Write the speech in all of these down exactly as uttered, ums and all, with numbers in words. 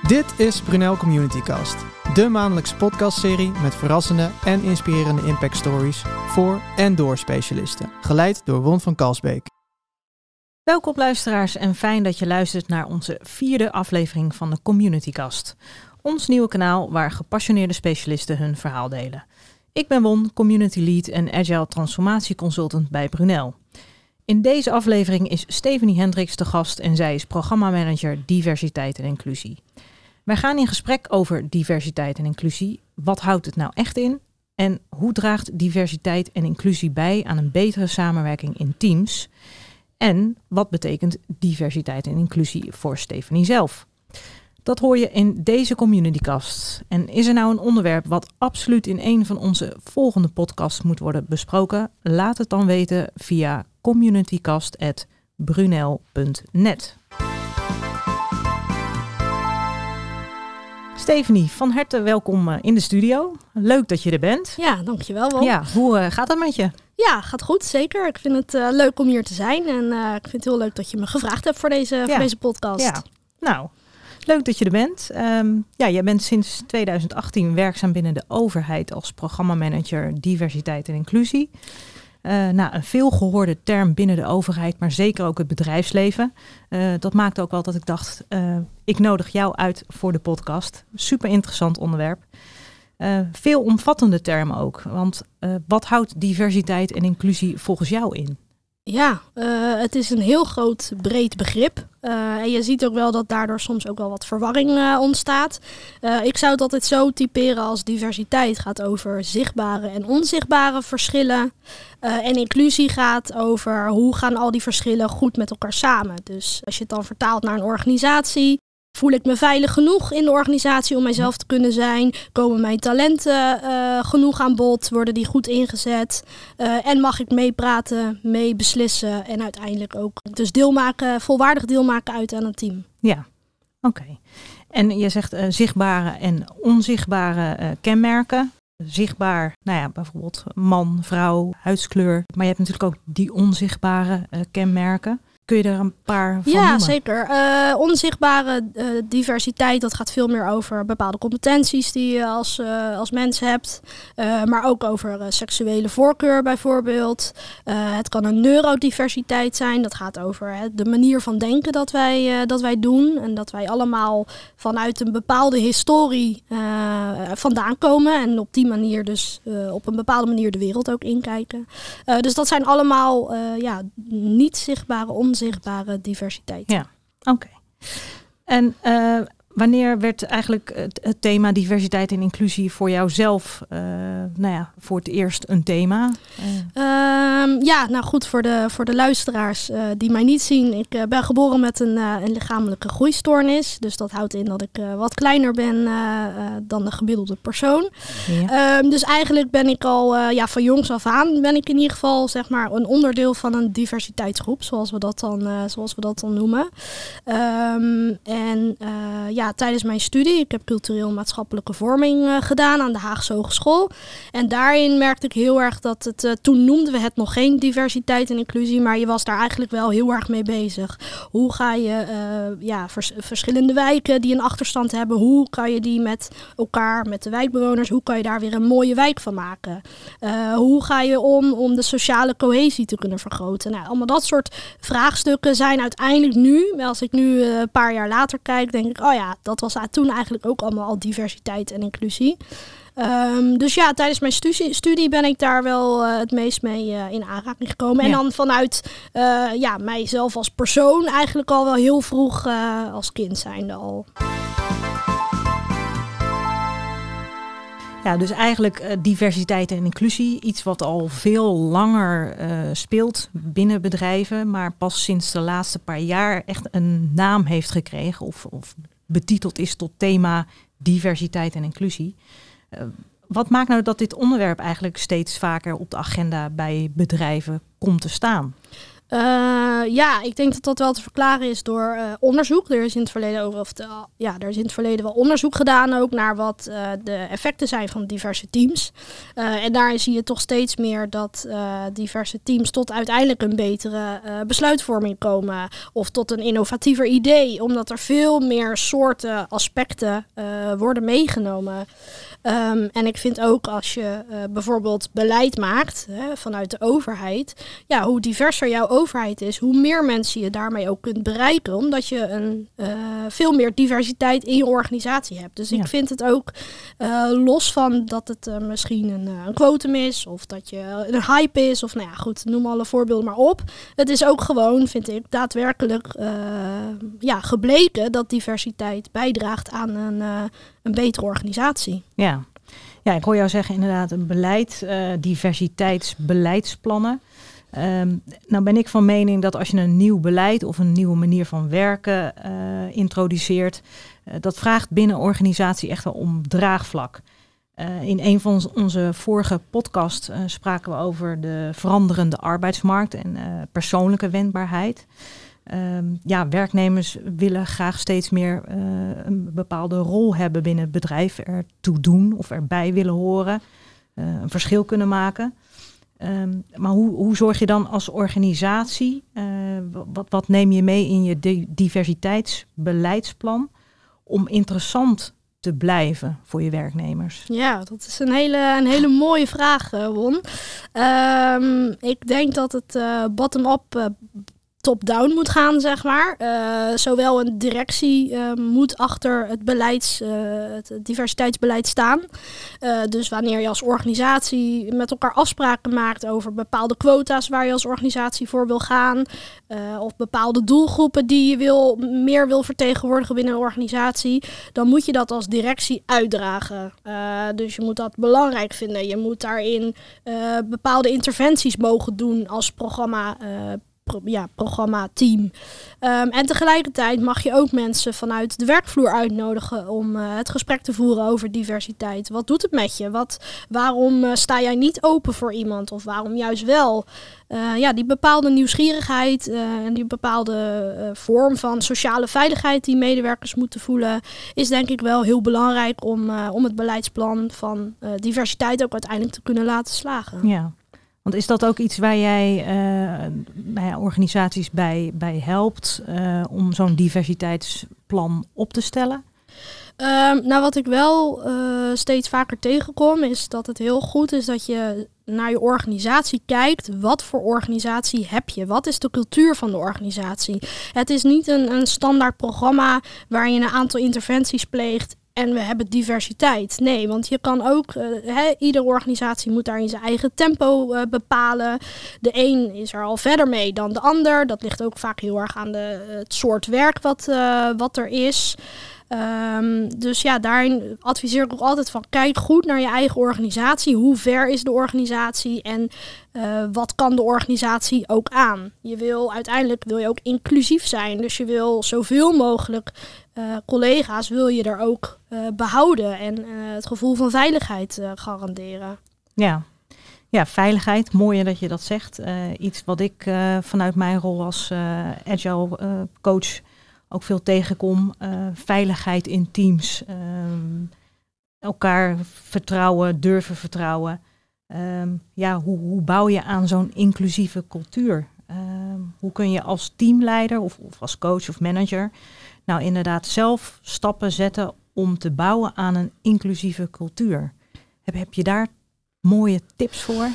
Dit is Brunel Communitycast, de maandelijkse podcastserie met verrassende en inspirerende impact stories voor en door specialisten, geleid door Won van Kalsbeek. Welkom luisteraars en fijn dat je luistert naar onze vierde aflevering van de Communitycast. Ons nieuwe kanaal waar gepassioneerde specialisten hun verhaal delen. Ik ben Won, Community Lead en Agile Transformatie Consultant bij Brunel. In deze aflevering is Stephanie Hendricks te gast en zij is programmamanager diversiteit en inclusie. Wij gaan in gesprek over diversiteit en inclusie. Wat houdt het nou echt in? En hoe draagt diversiteit en inclusie bij aan een betere samenwerking in teams? En wat betekent diversiteit en inclusie voor Stephanie zelf? Dat hoor je in deze Communitycast. En is er nou een onderwerp wat absoluut in een van onze volgende podcasts moet worden besproken? Laat het dan weten via communitycast at brunel punt net. Stephanie, van harte welkom in de studio. Leuk dat je er bent. Ja, dankjewel wel. Ja, hoe uh, gaat het met je? Ja, gaat goed, zeker. Ik vind het uh, leuk om hier te zijn. En uh, ik vind het heel leuk dat je me gevraagd hebt voor deze, ja. voor deze podcast. Ja, nou, leuk dat je er bent. Um, ja, jij bent sinds twintig achttien werkzaam binnen de overheid als programmamanager diversiteit en inclusie. Uh, nou, een veelgehoorde term binnen de overheid, maar zeker ook het bedrijfsleven. Uh, dat maakte ook wel dat ik dacht, uh, ik nodig jou uit voor de podcast. Super interessant onderwerp. Uh, veel omvattende termen ook. Want uh, wat houdt diversiteit en inclusie volgens jou in? Ja, uh, het is een heel groot, breed begrip. Uh, en je ziet ook wel dat daardoor soms ook wel wat verwarring uh, ontstaat. Uh, ik zou het altijd zo typeren als diversiteit gaat over zichtbare en onzichtbare verschillen. Uh, en inclusie gaat over hoe gaan al die verschillen goed met elkaar samen. Dus als je het dan vertaalt naar een organisatie, voel ik me veilig genoeg in de organisatie om mijzelf te kunnen zijn? Komen mijn talenten uh, genoeg aan bod? Worden die goed ingezet? Uh, en mag ik meepraten, mee beslissen en uiteindelijk ook dus deel maken, volwaardig deel maken uit aan een team? Ja, oké. Okay. En je zegt uh, zichtbare en onzichtbare uh, kenmerken. Zichtbaar, nou ja, bijvoorbeeld man, vrouw, huidskleur. Maar je hebt natuurlijk ook die onzichtbare uh, kenmerken. Kun je er een paar van ja, noemen? Zeker. Uh, onzichtbare uh, diversiteit, dat gaat veel meer over bepaalde competenties die je als, uh, als mens hebt. Uh, maar ook over uh, seksuele voorkeur bijvoorbeeld. Uh, het kan een neurodiversiteit zijn. Dat gaat over hè, de manier van denken dat wij, uh, dat wij doen. En dat wij allemaal vanuit een bepaalde historie uh, vandaan komen. En op die manier dus uh, op een bepaalde manier de wereld ook inkijken. Uh, dus dat zijn allemaal uh, ja, niet zichtbare onzichtbare onzichtbare diversiteit. Ja, oké. Okay. En uh, wanneer werd eigenlijk het, het thema diversiteit en inclusie voor jou zelf, uh, nou ja, voor het eerst een thema? Uh. Um, ja, nou goed, voor de, voor de luisteraars uh, die mij niet zien. Ik uh, ben geboren met een, uh, een lichamelijke groeistoornis. Dus dat houdt in dat ik uh, wat kleiner ben uh, uh, dan de gemiddelde persoon. Ja. Um, dus eigenlijk ben ik al uh, ja, van jongs af aan ben ik in ieder geval zeg maar een onderdeel van een diversiteitsgroep, zoals we dat dan, uh, zoals we dat dan noemen. Um, en uh, ja, tijdens mijn studie, ik heb cultureel maatschappelijke vorming uh, gedaan aan de Haagse Hogeschool. En daarin merkte ik heel erg dat het, uh, toen noemden we het nog geen diversiteit en inclusie, maar je was daar eigenlijk wel heel erg mee bezig. Hoe ga je uh, ja, vers- verschillende wijken die een achterstand hebben, hoe kan je die met elkaar, met de wijkbewoners, hoe kan je daar weer een mooie wijk van maken? Uh, hoe ga je om om de sociale cohesie te kunnen vergroten? Nou, allemaal dat soort vraagstukken zijn uiteindelijk nu, als ik nu uh, een paar jaar later kijk, denk ik, oh ja, dat was toen eigenlijk ook allemaal al diversiteit en inclusie. Um, dus ja, tijdens mijn studie, studie ben ik daar wel uh, het meest mee uh, in aanraking gekomen. Ja. En dan vanuit uh, ja, mijzelf als persoon eigenlijk al wel heel vroeg uh, als kind zijnde al. Ja, dus eigenlijk uh, diversiteit en inclusie, iets wat al veel langer uh, speelt binnen bedrijven, maar pas sinds de laatste paar jaar echt een naam heeft gekregen of, of betiteld is tot thema diversiteit en inclusie. Uh, wat maakt nou dat dit onderwerp eigenlijk steeds vaker op de agenda bij bedrijven komt te staan? Uh, ja, ik denk dat dat wel te verklaren is door uh, onderzoek. Er is in het verleden ook, of de, ja, er is in het verleden wel onderzoek gedaan ook naar wat uh, de effecten zijn van diverse teams. Uh, en daarin zie je toch steeds meer dat uh, diverse teams tot uiteindelijk een betere uh, besluitvorming komen. Of tot een innovatiever idee, omdat er veel meer soorten aspecten uh, worden meegenomen. Um, en ik vind ook als je uh, bijvoorbeeld beleid maakt hè, vanuit de overheid, ja, hoe diverser jouw overheid is, hoe meer mensen je daarmee ook kunt bereiken, omdat je een, uh, veel meer diversiteit in je organisatie hebt. Dus ja. ik vind het ook uh, los van dat het uh, misschien een, uh, een quotum is, of dat je een hype is, of nou ja, goed, noem alle voorbeelden maar op. Het is ook gewoon, vind ik, daadwerkelijk uh, ja, gebleken dat diversiteit bijdraagt aan een, uh, een betere organisatie. Ja. Ja, ik hoor jou zeggen inderdaad een beleid, uh, diversiteitsbeleidsplannen. Um, nou ben ik van mening dat als je een nieuw beleid of een nieuwe manier van werken uh, introduceert, uh, dat vraagt binnen een organisatie echt wel om draagvlak. Uh, in een van onze vorige podcasts uh, spraken we over de veranderende arbeidsmarkt en uh, persoonlijke wendbaarheid. Um, ja, werknemers willen graag steeds meer uh, een bepaalde rol hebben binnen het bedrijf, ertoe doen of erbij willen horen, uh, een verschil kunnen maken. Um, maar hoe, hoe zorg je dan als organisatie, uh, wat, wat neem je mee in je di- diversiteitsbeleidsplan om interessant te blijven voor je werknemers? Ja, dat is een hele, een hele mooie vraag, uh, Won. Um, ik denk dat het uh, bottom-up uh, top-down moet gaan, zeg maar. Uh, zowel een directie uh, moet achter het, beleids, uh, het diversiteitsbeleid staan. Uh, dus wanneer je als organisatie met elkaar afspraken maakt over bepaalde quota's waar je als organisatie voor wil gaan, uh, of bepaalde doelgroepen die je wil, meer wil vertegenwoordigen binnen een organisatie, dan moet je dat als directie uitdragen. Uh, dus je moet dat belangrijk vinden. Je moet daarin uh, bepaalde interventies mogen doen als programma uh, Pro, ja, programma-team. Um, en tegelijkertijd mag je ook mensen vanuit de werkvloer uitnodigen om uh, het gesprek te voeren over diversiteit. Wat doet het met je? Wat, waarom uh, sta jij niet open voor iemand? Of waarom juist wel? Uh, ja, die bepaalde nieuwsgierigheid uh, en die bepaalde uh, vorm van sociale veiligheid die medewerkers moeten voelen, is denk ik wel heel belangrijk om, uh, om het beleidsplan van uh, diversiteit ook uiteindelijk te kunnen laten slagen. Ja. Want is dat ook iets waar jij uh, nou ja, organisaties bij, bij helpt uh, om zo'n diversiteitsplan op te stellen? Um, nou, wat ik wel uh, steeds vaker tegenkom, is dat het heel goed is dat je naar je organisatie kijkt. Wat voor organisatie heb je? Wat is de cultuur van de organisatie? Het is niet een, een standaard programma waar je een aantal interventies pleegt en we hebben diversiteit. Nee, want je kan ook, uh, he, iedere organisatie moet daar in zijn eigen tempo uh, bepalen. De een is er al verder mee dan de ander. Dat ligt ook vaak heel erg aan de, uh, het soort werk wat, uh, wat er is. Um, dus ja, daarin adviseer ik ook altijd van, kijk goed naar je eigen organisatie. Hoe ver is de organisatie en uh, wat kan de organisatie ook aan? Je wil uiteindelijk wil je ook inclusief zijn. Dus je wil zoveel mogelijk uh, collega's wil je er ook uh, behouden en uh, het gevoel van veiligheid uh, garanderen. Ja. Ja, veiligheid. Mooi dat je dat zegt. Uh, iets wat ik uh, vanuit mijn rol als uh, agile uh, coach ook veel tegenkom. Uh, veiligheid in teams. Um, elkaar vertrouwen, durven vertrouwen. Um, ja, hoe, hoe bouw je aan zo'n inclusieve cultuur? Um, hoe kun je als teamleider of, of als coach of manager nou inderdaad zelf stappen zetten om te bouwen aan een inclusieve cultuur? Heb, heb je daar mooie tips voor?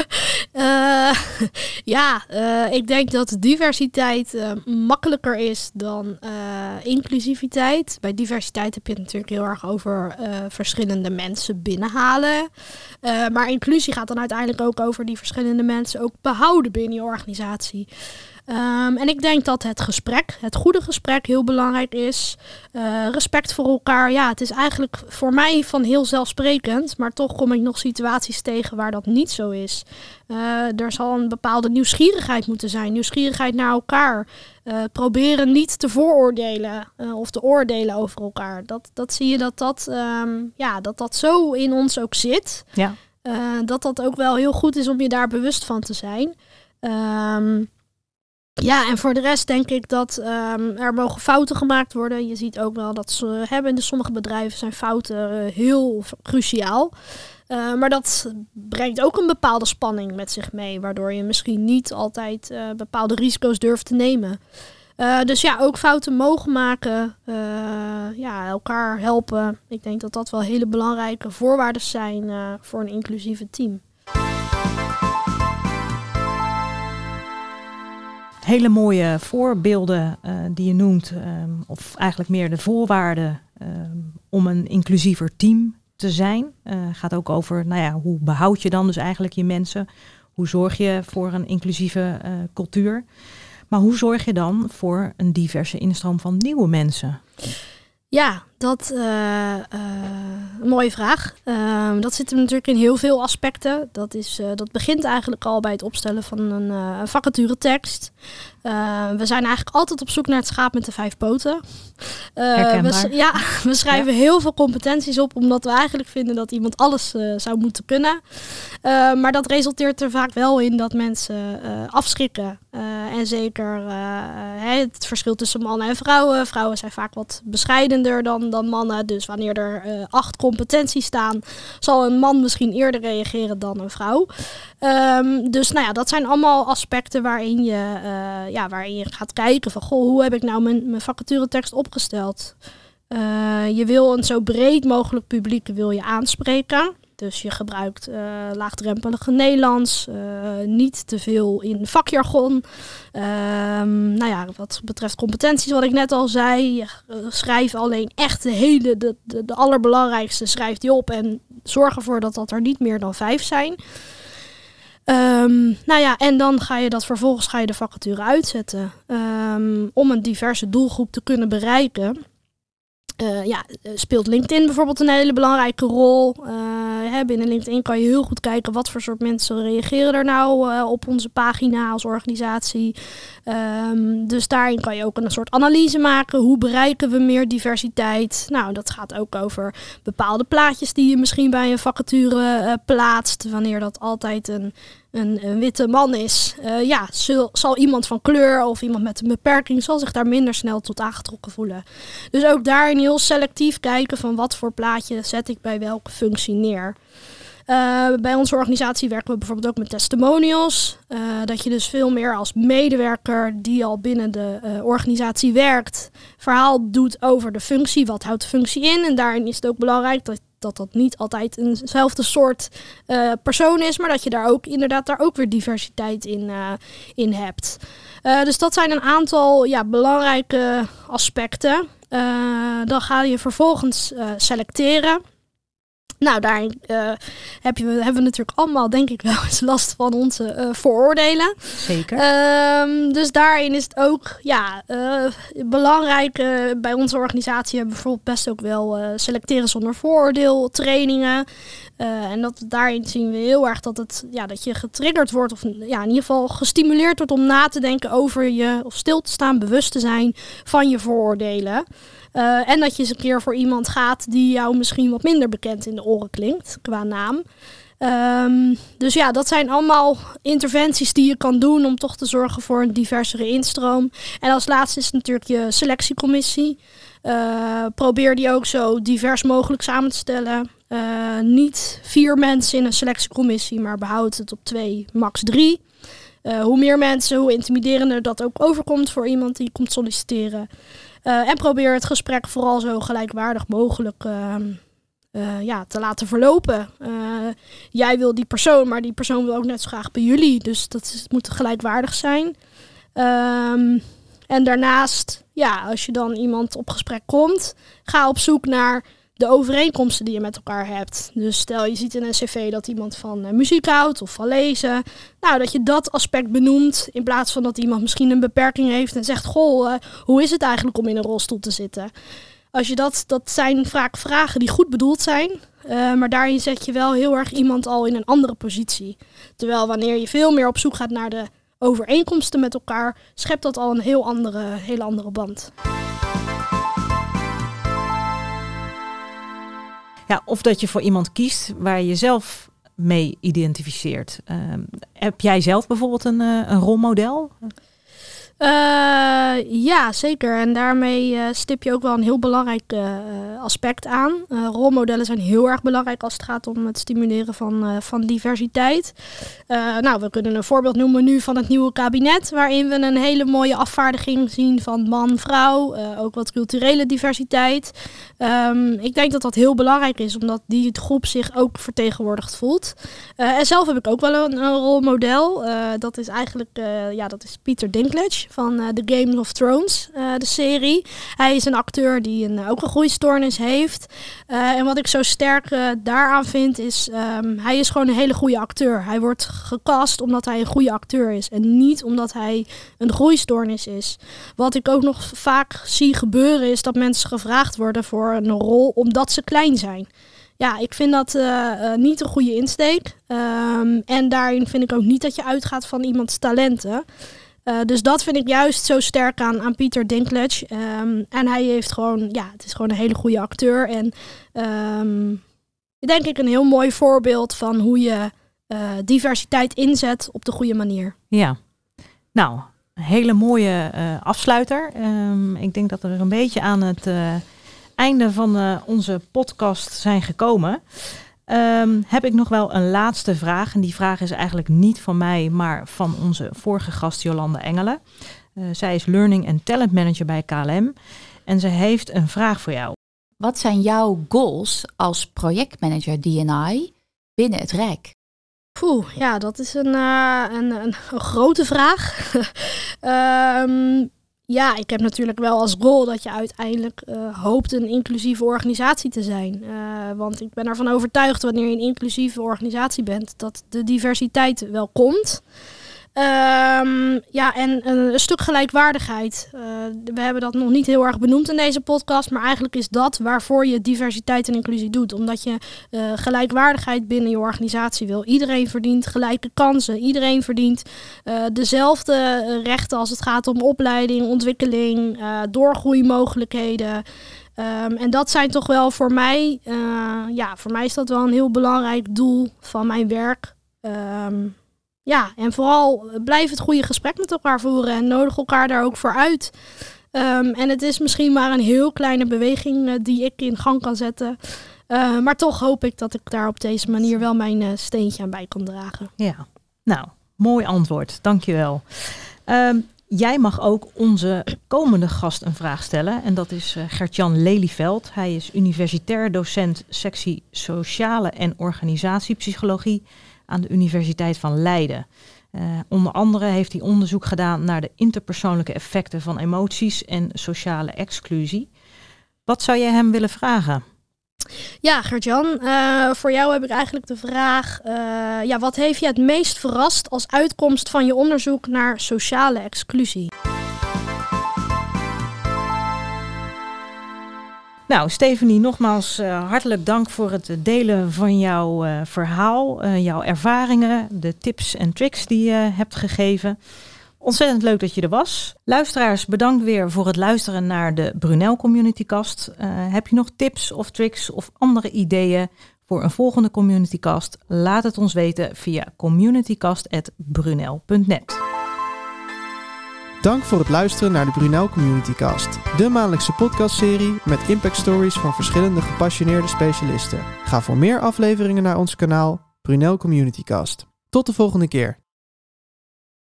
Uh, ja, uh, ik denk dat diversiteit uh, makkelijker is dan uh, inclusiviteit. Bij diversiteit heb je het natuurlijk heel erg over uh, verschillende mensen binnenhalen. Uh, maar inclusie gaat dan uiteindelijk ook over die verschillende mensen ook behouden binnen je organisatie. Um, en ik denk dat het gesprek, het goede gesprek heel belangrijk is. Uh, respect voor elkaar. Ja, het is eigenlijk voor mij van heel zelfsprekend. Maar toch kom ik nog situaties tegen waar dat niet zo is. Uh, er zal een bepaalde nieuwsgierigheid moeten zijn. Nieuwsgierigheid naar elkaar. Uh, proberen niet te vooroordelen uh, of te oordelen over elkaar. Dat, dat zie je dat dat, um, ja, dat dat zo in ons ook zit. Ja. Uh, dat dat ook wel heel goed is om je daar bewust van te zijn. Um, Ja, en voor de rest denk ik dat um, er mogen fouten gemaakt worden. Je ziet ook wel dat ze hebben in de sommige bedrijven zijn fouten uh, heel cruciaal. Uh, maar dat brengt ook een bepaalde spanning met zich mee, waardoor je misschien niet altijd uh, bepaalde risico's durft te nemen. Uh, dus ja, ook fouten mogen maken, uh, ja, elkaar helpen. Ik denk dat dat wel hele belangrijke voorwaarden zijn uh, voor een inclusieve team. Hele mooie voorbeelden uh, die je noemt, um, of eigenlijk meer de voorwaarden um, om een inclusiever team te zijn. Uh, gaat ook over, nou ja, hoe behoud je dan dus eigenlijk je mensen? Hoe zorg je voor een inclusieve uh, cultuur? Maar hoe zorg je dan voor een diverse instroom van nieuwe mensen? Ja, dat uh, uh, een mooie vraag. Uh, dat zit er natuurlijk in heel veel aspecten. Dat, is, uh, dat begint eigenlijk al bij het opstellen van een uh, vacaturetekst. Uh, we zijn eigenlijk altijd op zoek naar het schaap met de vijf poten. Uh, we, ja, we schrijven ja. heel veel competenties op, omdat we eigenlijk vinden dat iemand alles uh, zou moeten kunnen. Uh, maar dat resulteert er vaak wel in dat mensen uh, afschrikken. Uh, en zeker uh, het verschil tussen mannen en vrouwen. Vrouwen zijn vaak wat bescheidener dan, dan mannen. Dus wanneer er uh, acht competenties staan, zal een man misschien eerder reageren dan een vrouw. Um, dus nou ja, dat zijn allemaal aspecten waarin je, uh, ja, waarin je gaat kijken van, goh, hoe heb ik nou mijn, mijn vacaturetekst opgesteld? Uh, je wil een zo breed mogelijk publiek wil je aanspreken. Dus je gebruikt uh, laagdrempelige Nederlands, uh, niet te veel in vakjargon. Um, nou ja, wat betreft competenties, wat ik net al zei, je uh, schrijf alleen echt de hele, de, de, de allerbelangrijkste, schrijf die op en zorg ervoor dat dat er niet meer dan vijf zijn. Um, nou ja, en dan ga je dat vervolgens ga je de vacature uitzetten um, om een diverse doelgroep te kunnen bereiken. Uh, ja, speelt LinkedIn bijvoorbeeld een hele belangrijke rol. Uh, hè, binnen LinkedIn kan je heel goed kijken wat voor soort mensen reageren er nou uh, op onze pagina als organisatie. Um, dus daarin kan je ook een soort analyse maken. Hoe bereiken we meer diversiteit? Nou, dat gaat ook over bepaalde plaatjes die je misschien bij een vacature uh, plaatst. Wanneer dat altijd een, een, een witte man is. Uh, ja, zal, zal iemand van kleur of iemand met een beperking zal zich daar minder snel tot aangetrokken voelen. Dus ook daarin heel selectief kijken van wat voor plaatje zet ik bij welke functie neer. Uh, bij onze organisatie werken we bijvoorbeeld ook met testimonials. Uh, dat je dus veel meer als medewerker die al binnen de uh, organisatie werkt, verhaal doet over de functie. Wat houdt de functie in? En daarin is het ook belangrijk dat dat, dat niet altijd eenzelfde soort uh, persoon is, maar dat je daar ook inderdaad daar ook weer diversiteit in, uh, in hebt. Uh, dus dat zijn een aantal ja, belangrijke aspecten. Uh, dan ga je vervolgens uh, selecteren. Nou, daarin uh, heb je, hebben we natuurlijk allemaal, denk ik, wel eens last van onze uh, vooroordelen. Zeker. Um, dus daarin is het ook ja, uh, belangrijk. Uh, bij onze organisatie hebben we bijvoorbeeld best ook wel uh, selecteren zonder vooroordeel trainingen. Uh, en dat, daarin zien we heel erg dat, het, ja, dat je getriggerd wordt of ja, in ieder geval gestimuleerd wordt om na te denken over je, of stil te staan, bewust te zijn van je vooroordelen. Uh, en dat je eens een keer voor iemand gaat die jou misschien wat minder bekend in de oren klinkt qua naam. Um, dus ja, dat zijn allemaal interventies die je kan doen om toch te zorgen voor een diversere instroom. En als laatste is natuurlijk je selectiecommissie. Uh, probeer die ook zo divers mogelijk samen te stellen. Uh, niet vier mensen in een selectiecommissie, maar behoud het op twee, max drie. Uh, hoe meer mensen, hoe intimiderender dat ook overkomt voor iemand die komt solliciteren. Uh, en probeer het gesprek vooral zo gelijkwaardig mogelijk uh, uh, ja, te laten verlopen. Uh, jij wil die persoon, maar die persoon wil ook net zo graag bij jullie. Dus dat is, het moet gelijkwaardig zijn. Um, en daarnaast, ja, als je dan iemand op gesprek komt, ga op zoek naar de overeenkomsten die je met elkaar hebt. Dus stel je ziet in een cv dat iemand van uh, muziek houdt of van lezen. Nou, dat je dat aspect benoemt in plaats van dat iemand misschien een beperking heeft en zegt, goh, uh, hoe is het eigenlijk om in een rolstoel te zitten? Als je dat, dat zijn vaak vragen die goed bedoeld zijn, uh, maar daarin zet je wel heel erg iemand al in een andere positie. Terwijl wanneer je veel meer op zoek gaat naar de overeenkomsten met elkaar, schept dat al een heel andere, hele andere band. Ja, of dat je voor iemand kiest waar je zelf mee identificeert. Uh, heb jij zelf bijvoorbeeld een, uh, een rolmodel? Uh, ja, zeker. En daarmee uh, stip je ook wel een heel belangrijk uh, aspect aan. Uh, rolmodellen zijn heel erg belangrijk als het gaat om het stimuleren van, uh, van diversiteit. Uh, nou, we kunnen een voorbeeld noemen nu van het nieuwe kabinet, waarin we een hele mooie afvaardiging zien van man, vrouw, uh, ook wat culturele diversiteit. Um, ik denk dat dat heel belangrijk is, omdat die groep zich ook vertegenwoordigd voelt. Uh, en zelf heb ik ook wel een, een rolmodel. Uh, dat is eigenlijk, uh, ja, dat is Peter Dinklage van uh, The Game of Thrones, uh, de serie. Hij is een acteur die een, ook een groeistoornis heeft. Uh, en wat ik zo sterk uh, daaraan vind is, um, hij is gewoon een hele goede acteur. Hij wordt gecast omdat hij een goede acteur is en niet omdat hij een groeistoornis is. Wat ik ook nog vaak zie gebeuren is dat mensen gevraagd worden voor een rol omdat ze klein zijn. Ja, ik vind dat uh, uh, niet een goede insteek. Um, en daarin vind ik ook niet dat je uitgaat van iemands talenten. Uh, dus dat vind ik juist zo sterk aan, aan Peter Dinklage. Um, en hij heeft gewoon, ja, het is gewoon een hele goede acteur. En um, denk ik een heel mooi voorbeeld van hoe je uh, diversiteit inzet op de goede manier. Ja, nou, een hele mooie uh, afsluiter. Um, ik denk dat we er een beetje aan het uh, einde van uh, onze podcast zijn gekomen. Um, heb ik nog wel een laatste vraag. En die vraag is eigenlijk niet van mij, maar van onze vorige gast Jolande Engelen. Uh, zij is Learning and Talent Manager bij K L M. En ze heeft een vraag voor jou. Wat zijn jouw goals als projectmanager D en I binnen het Rijk? Poeh, ja, dat is een, uh, een, een, een grote vraag. um, Ja, ik heb natuurlijk wel als rol dat je uiteindelijk uh, hoopt een inclusieve organisatie te zijn. Uh, want ik ben ervan overtuigd wanneer je een inclusieve organisatie bent, dat de diversiteit wel komt. Um, ja, en een, een stuk gelijkwaardigheid. Uh, we hebben dat nog niet heel erg benoemd in deze podcast, maar eigenlijk is dat waarvoor je diversiteit en inclusie doet. Omdat je uh, gelijkwaardigheid binnen je organisatie wil. Iedereen verdient gelijke kansen. Iedereen verdient uh, dezelfde rechten als het gaat om opleiding, ontwikkeling, uh, doorgroeimogelijkheden. Um, en dat zijn toch wel voor mij, uh, ja, voor mij is dat wel een heel belangrijk doel van mijn werk. Um, Ja, en vooral blijf het goede gesprek met elkaar voeren en nodig elkaar daar ook voor uit. Um, en het is misschien maar een heel kleine beweging uh, die ik in gang kan zetten. Uh, maar toch hoop ik dat ik daar op deze manier wel mijn uh, steentje aan bij kan dragen. Ja, nou, mooi antwoord. Dankjewel. Um, jij mag ook onze komende gast een vraag stellen. En dat is uh, Gert-Jan Lelyveld. Hij is universitair docent sectie Sociale en Organisatiepsychologie aan de Universiteit van Leiden. Uh, onder andere heeft hij onderzoek gedaan naar de interpersoonlijke effecten van emoties en sociale exclusie. Wat zou jij hem willen vragen? Ja, Gert-Jan, uh, voor jou heb ik eigenlijk de vraag, uh, ja, wat heeft je het meest verrast als uitkomst van je onderzoek naar sociale exclusie? Nou, Stephanie, nogmaals uh, hartelijk dank voor het delen van jouw uh, verhaal, uh, jouw ervaringen, de tips en tricks die je hebt gegeven. Ontzettend leuk dat je er was. Luisteraars, bedankt weer voor het luisteren naar de Brunel Communitycast. Uh, heb je nog tips of tricks of andere ideeën voor een volgende Communitycast? Laat het ons weten via communitycast at brunel punt net. Dank voor het luisteren naar de Brunel Communitycast, de maandelijkse podcastserie met impact stories van verschillende gepassioneerde specialisten. Ga voor meer afleveringen naar ons kanaal Brunel Communitycast. Tot de volgende keer.